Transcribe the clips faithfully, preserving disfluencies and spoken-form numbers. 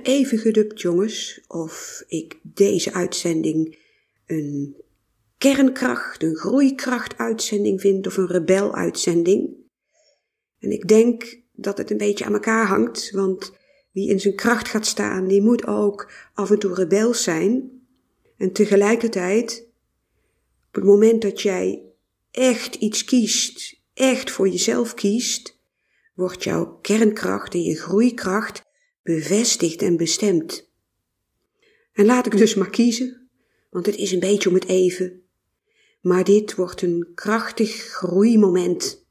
even gedubt, jongens, of ik deze uitzending een kernkracht, een groeikracht-uitzending vind of een rebel-uitzending. En ik denk dat het een beetje aan elkaar hangt, want wie in zijn kracht gaat staan, die moet ook af en toe rebels zijn. En tegelijkertijd, op het moment dat jij echt iets kiest, echt voor jezelf kiest, wordt jouw kernkracht en je groeikracht bevestigd en bestemd. En laat ik dus maar kiezen, want het is een beetje om het even. Maar dit wordt een krachtig groeimoment.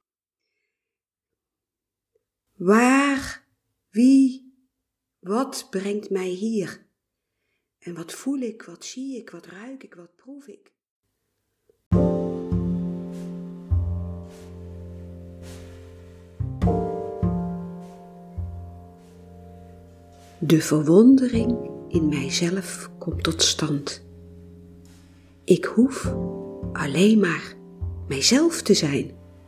Waar, wie, wat brengt mij hier? En wat voel ik, wat zie ik, wat ruik ik, wat proef ik? De verwondering in mijzelf komt tot stand. Ik hoef alleen maar mijzelf te zijn.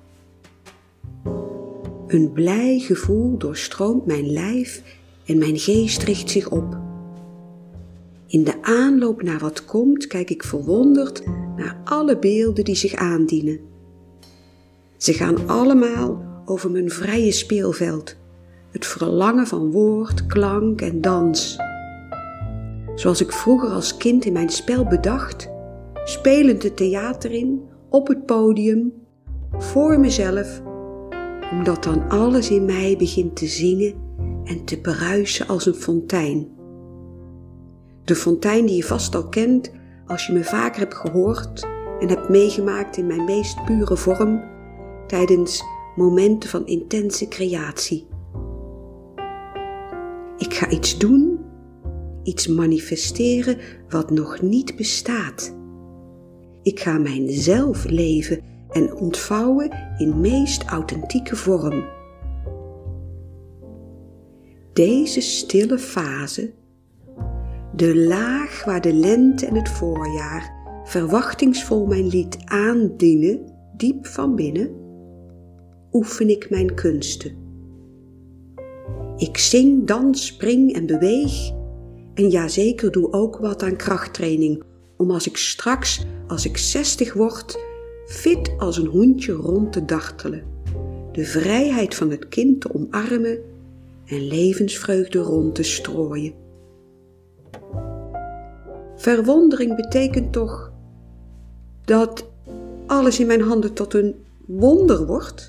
Een blij gevoel doorstroomt mijn lijf en mijn geest richt zich op. In de aanloop naar wat komt, kijk ik verwonderd naar alle beelden die zich aandienen. Ze gaan allemaal over mijn vrije speelveld, het verlangen van woord, klank en dans. Zoals ik vroeger als kind in mijn spel bedacht, spelend het theater in, op het podium, voor mezelf, omdat dan alles in mij begint te zingen en te bruisen als een fontein. De fontein die je vast al kent als je me vaker hebt gehoord en hebt meegemaakt in mijn meest pure vorm tijdens momenten van intense creatie. Ik ga iets doen, iets manifesteren wat nog niet bestaat. Ik ga mijzelf leven en ontvouwen in meest authentieke vorm. Deze stille fase, de laag waar de lente en het voorjaar verwachtingsvol mijn lied aandienen, diep van binnen, oefen ik mijn kunsten. Ik zing, dans, spring en beweeg en ja zeker doe ook wat aan krachttraining, om als ik straks, als ik zestig word, fit als een hoentje rond te dartelen, de vrijheid van het kind te omarmen en levensvreugde rond te strooien. Verwondering betekent toch dat alles in mijn handen tot een wonder wordt?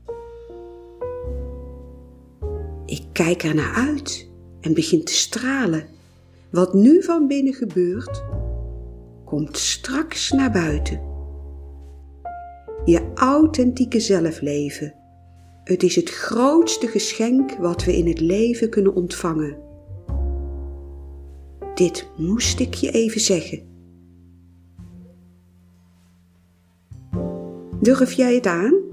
Ik kijk er naar uit en begin te stralen. Wat nu van binnen gebeurt, komt straks naar buiten. Je authentieke zelfleven. Het is het grootste geschenk wat we in het leven kunnen ontvangen. Dit moest ik je even zeggen. Durf jij het aan?